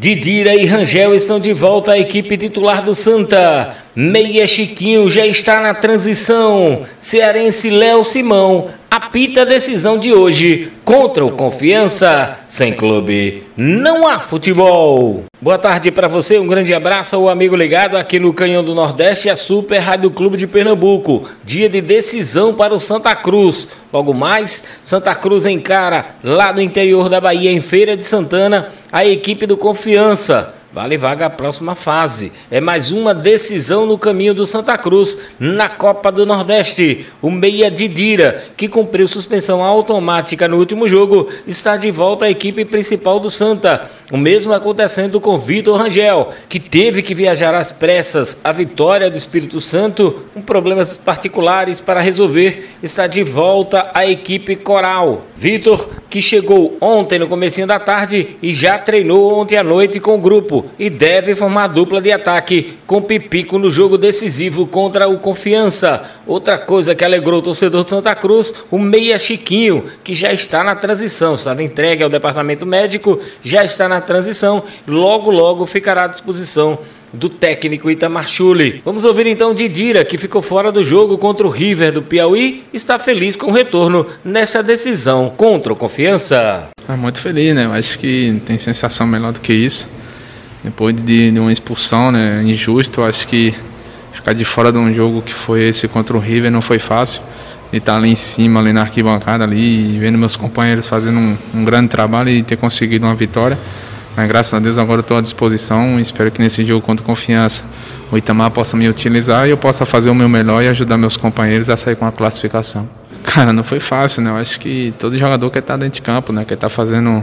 Didira e Rangel estão de volta à equipe titular do Santa. Meia Chiquinho já está na transição. Cearense Léo Simão apita a decisão de hoje contra o Confiança. Sem clube, não há futebol. Boa tarde para você, um grande abraço ao amigo ligado aqui no Canhão do Nordeste, a Super Rádio Clube de Pernambuco. Dia de decisão para o Santa Cruz. Logo mais, Santa Cruz encara lá do interior da Bahia, em Feira de Santana, a equipe do Confiança. Vale vaga à próxima fase. É mais uma decisão no caminho do Santa Cruz na Copa do Nordeste. O meia Didira, que cumpriu suspensão automática no último jogo, está de volta à equipe principal do Santa. O mesmo acontecendo com Vitor Rangel, que teve que viajar às pressas à Vitória do Espírito Santo, com problemas particulares para resolver, está de volta à equipe coral. Vitor, que chegou ontem no comecinho da tarde e já treinou ontem à noite com o grupo, e deve formar dupla de ataque com Pipico no jogo decisivo contra o Confiança. Outra coisa que alegrou o torcedor de Santa Cruz, o meia Chiquinho, que já está na transição, estava entregue ao departamento médico, já está na transição, logo ficará à disposição do técnico Itamar Chuli. Vamos ouvir então Didira, que ficou fora do jogo contra o River do Piauí, está feliz com o retorno nesta decisão contra o Confiança. Muito feliz, né? Eu acho que não tem sensação melhor do que isso. Depois de uma expulsão, né, injusta, eu acho que ficar de fora de um jogo que foi esse contra o River não foi fácil. E estar ali em cima, ali na arquibancada, ali, vendo meus companheiros fazendo um grande trabalho e ter conseguido uma vitória. Mas graças a Deus agora eu estou à disposição. Espero que nesse jogo contra o Confiança o Itamar possa me utilizar e eu possa fazer o meu melhor e ajudar meus companheiros a sair com a classificação. Cara, não foi fácil, né? Eu acho que todo jogador quer estar dentro de campo, né? Quer estar fazendo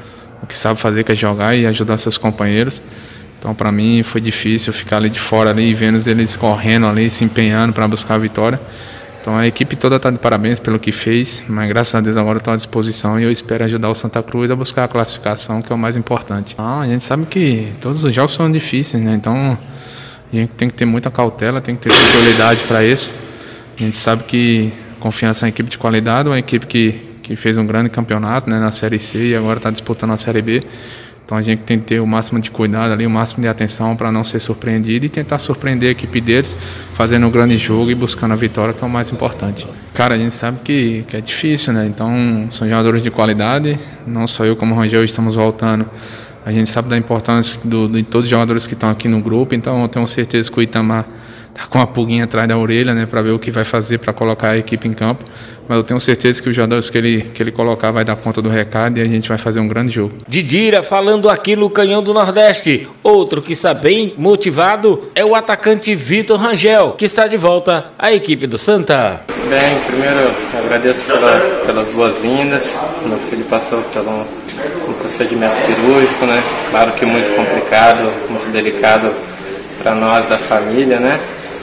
o que sabe fazer, que é jogar e ajudar seus companheiros. Então para mim foi difícil ficar ali de fora ali, vendo eles correndo ali, se empenhando para buscar a vitória. Então a equipe toda está de parabéns pelo que fez, mas graças a Deus agora estou à disposição e eu espero ajudar o Santa Cruz a buscar a classificação, que é o mais importante. A gente sabe que todos os jogos são difíceis, né? Então a gente tem que ter muita cautela, tem que ter tranquilidade para isso. A gente sabe que Confiança é uma equipe de qualidade, uma equipe que fez um grande campeonato, né, na Série C e agora está disputando a Série B. Então a gente tem que ter o máximo de cuidado ali, o máximo de atenção para não ser surpreendido e tentar surpreender a equipe deles, fazendo um grande jogo e buscando a vitória, que é o mais importante. Cara, a gente sabe que é difícil, né? Então são jogadores de qualidade, não só eu como o Rangel estamos voltando. A gente sabe da importância de todos os jogadores que estão aqui no grupo, então eu tenho certeza que o Itamar está com a pulguinha atrás da orelha, né, para ver o que vai fazer para colocar a equipe em campo. Mas eu tenho certeza que os jogadores que ele colocar vai dar conta do recado e a gente vai fazer um grande jogo. Didira falando aqui no Canhão do Nordeste. Outro que está bem motivado é o atacante Vitor Rangel, que está de volta à equipe do Santa. Bem, primeiro eu agradeço pelas boas-vindas. Meu filho passou por um procedimento cirúrgico, né? Claro que muito complicado, muito delicado para nós da família, né?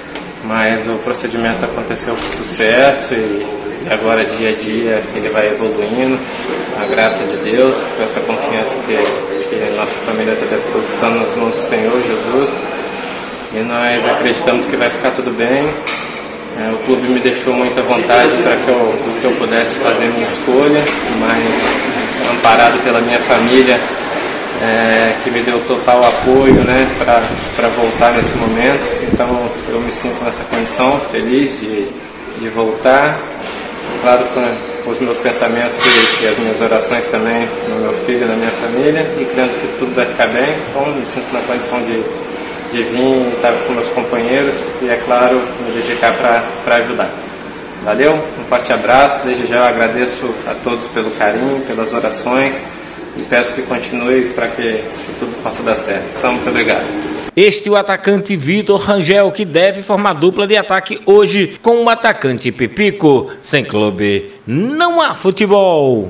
Mas o procedimento aconteceu com sucesso e agora dia a dia ele vai evoluindo, a graça de Deus, com essa confiança que a nossa família está depositando nas mãos do Senhor Jesus, e nós acreditamos que vai ficar tudo bem. O clube me deixou muita vontade para que eu pudesse fazer minha escolha, mas amparado pela minha família, que me deu total apoio, né, para voltar nesse momento. Então eu me sinto nessa condição, feliz de voltar, claro, com os meus pensamentos e as minhas orações também no meu filho e na minha família, e crendo que tudo vai ficar bem. Então me sinto na condição de vir e estar com meus companheiros e, é claro, me dedicar para ajudar. Valeu, um forte abraço, desde já eu agradeço a todos pelo carinho, pelas orações, e peço que continue para que tudo possa dar certo. Muito obrigado. Este é o atacante Vitor Rangel, que deve formar dupla de ataque hoje com o atacante Pipico. Sem clube, não há futebol.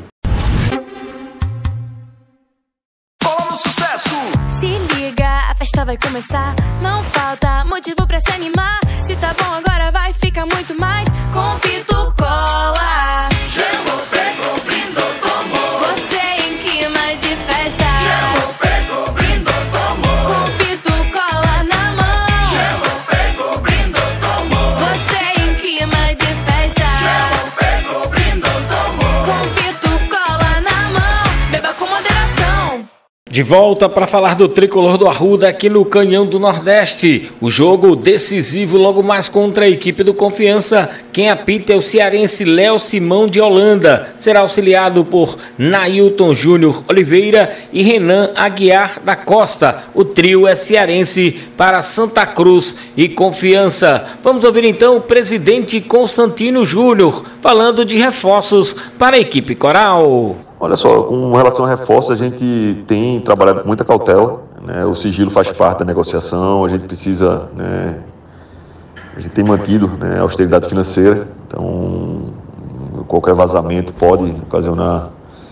Se liga, a festa vai começar. Não falta motivo pra se animar. Se tá bom agora vai ficar muito mais. Com Pito Cola. Chegou, pegou, brindou, tomou. Você em clima de festa. Chegou, pegou, brindou, tomou. Com Pito Cola na mão. Chegou, pegou, brindou, tomou. Você em clima de festa. Chegou, pegou, brindou, tomou. Com Pito Cola na mão. Beba com moderação. De volta para falar do tricolor do Arruda aqui no Canhão do Nordeste. O jogo decisivo logo mais contra a equipe do Confiança. Quem apita é o cearense Léo Simão de Holanda. Será auxiliado por Nailton Júnior Oliveira e Renan Aguiar da Costa. O trio é cearense para Santa Cruz e Confiança. Vamos ouvir então o presidente Constantino Júnior falando de reforços para a equipe coral. Olha só, com relação a reforços, a gente tem trabalhado com muita cautela, né? O sigilo faz parte da negociação, a gente precisa, né? A gente tem mantido, né, a austeridade financeira, então qualquer vazamento pode ocasionar,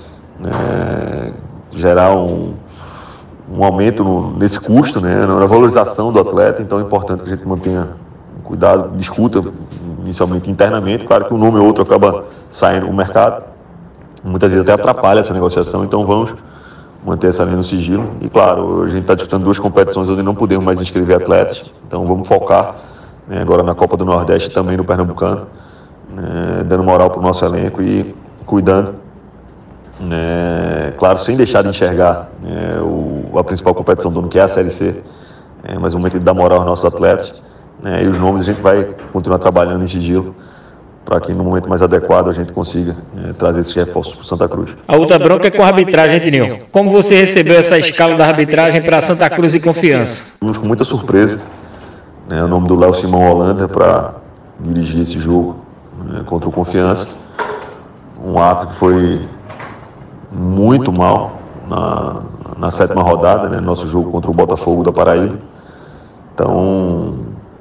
né, gerar um aumento nesse custo, né, na valorização do atleta, então é importante que a gente mantenha cuidado, discuta inicialmente internamente, claro que um nome ou outro acaba saindo no mercado, muitas vezes até atrapalha essa negociação, então vamos manter essa linha no sigilo. E claro, a gente está disputando 2 competições onde não podemos mais inscrever atletas, então vamos focar, né, agora na Copa do Nordeste e também no Pernambucano, né, dando moral para o nosso elenco e cuidando, né, claro, sem deixar de enxergar, né, a principal competição do ano, que é a Série C, mas o momento de dar moral aos nossos atletas, né, e os nomes a gente vai continuar trabalhando em sigilo, para que no momento mais adequado a gente consiga trazer esses reforços para Santa Cruz. A outra bronca é com a arbitragem, Tininho. Como você recebeu essa escala da arbitragem para Santa Cruz e Confiança? Tivemos com muita surpresa, né, o nome do Léo Simão Holanda para dirigir esse jogo, né, contra o Confiança. Um ato que foi muito mal na 7ª rodada, né, nosso jogo contra o Botafogo da Paraíba. Então,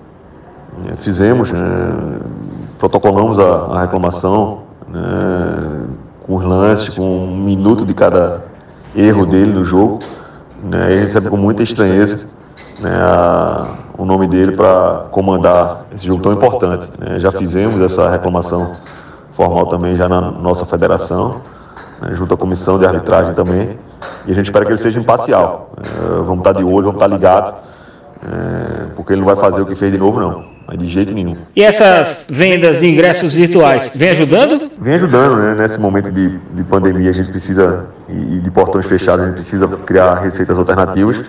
fizemos, né, protocolamos a reclamação, né, com os lances, com 1 minuto de cada erro dele no jogo, né, e a gente recebe com muita estranheza, né, o nome dele para comandar esse jogo tão importante, né. Já fizemos essa reclamação formal também já na nossa federação, né, junto à comissão de arbitragem também, e a gente espera que ele seja imparcial. Vamos estar de olho, vamos estar ligados, porque ele não vai fazer o que fez de novo, não. Mas de jeito nenhum. E essas vendas de ingressos virtuais, vem ajudando? Vem ajudando, né? Nesse momento de pandemia, a gente precisa, e de portões fechados, a gente precisa criar receitas alternativas.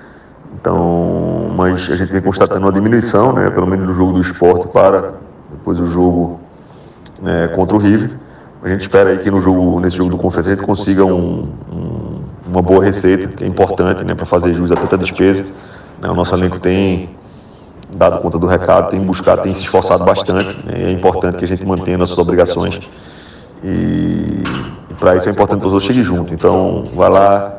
Então, mas a gente vem constatando uma diminuição, né? Pelo menos do jogo do Sport para depois o jogo, né, contra o River. A gente espera aí que nesse jogo do Confiança a gente consiga uma boa receita, que é importante, né, para fazer jus a tanta despesa. Né? O nosso elenco tem dado conta do recado, tem buscado, tem se esforçado bastante, né? É importante que a gente mantenha nossas obrigações e para isso é importante que os outros cheguem junto. Então vai lá,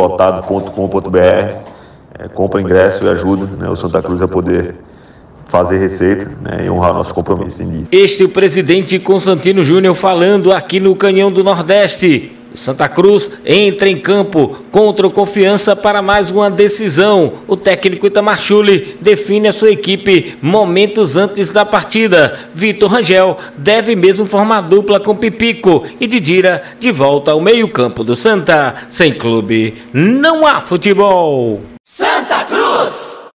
estadiolotado.com.br, compra ingresso e ajuda, né, o Santa Cruz a poder fazer receita, né, e honrar nossos compromissos em dia. Este é o presidente Constantino Júnior falando aqui no Canhão do Nordeste. O Santa Cruz entra em campo contra o Confiança para mais uma decisão. O técnico Itamar Schulli define a sua equipe momentos antes da partida. Vitor Rangel deve mesmo formar dupla com Pipico e Didira de volta ao meio-campo do Santa. Sem clube, não há futebol. Santa Cruz!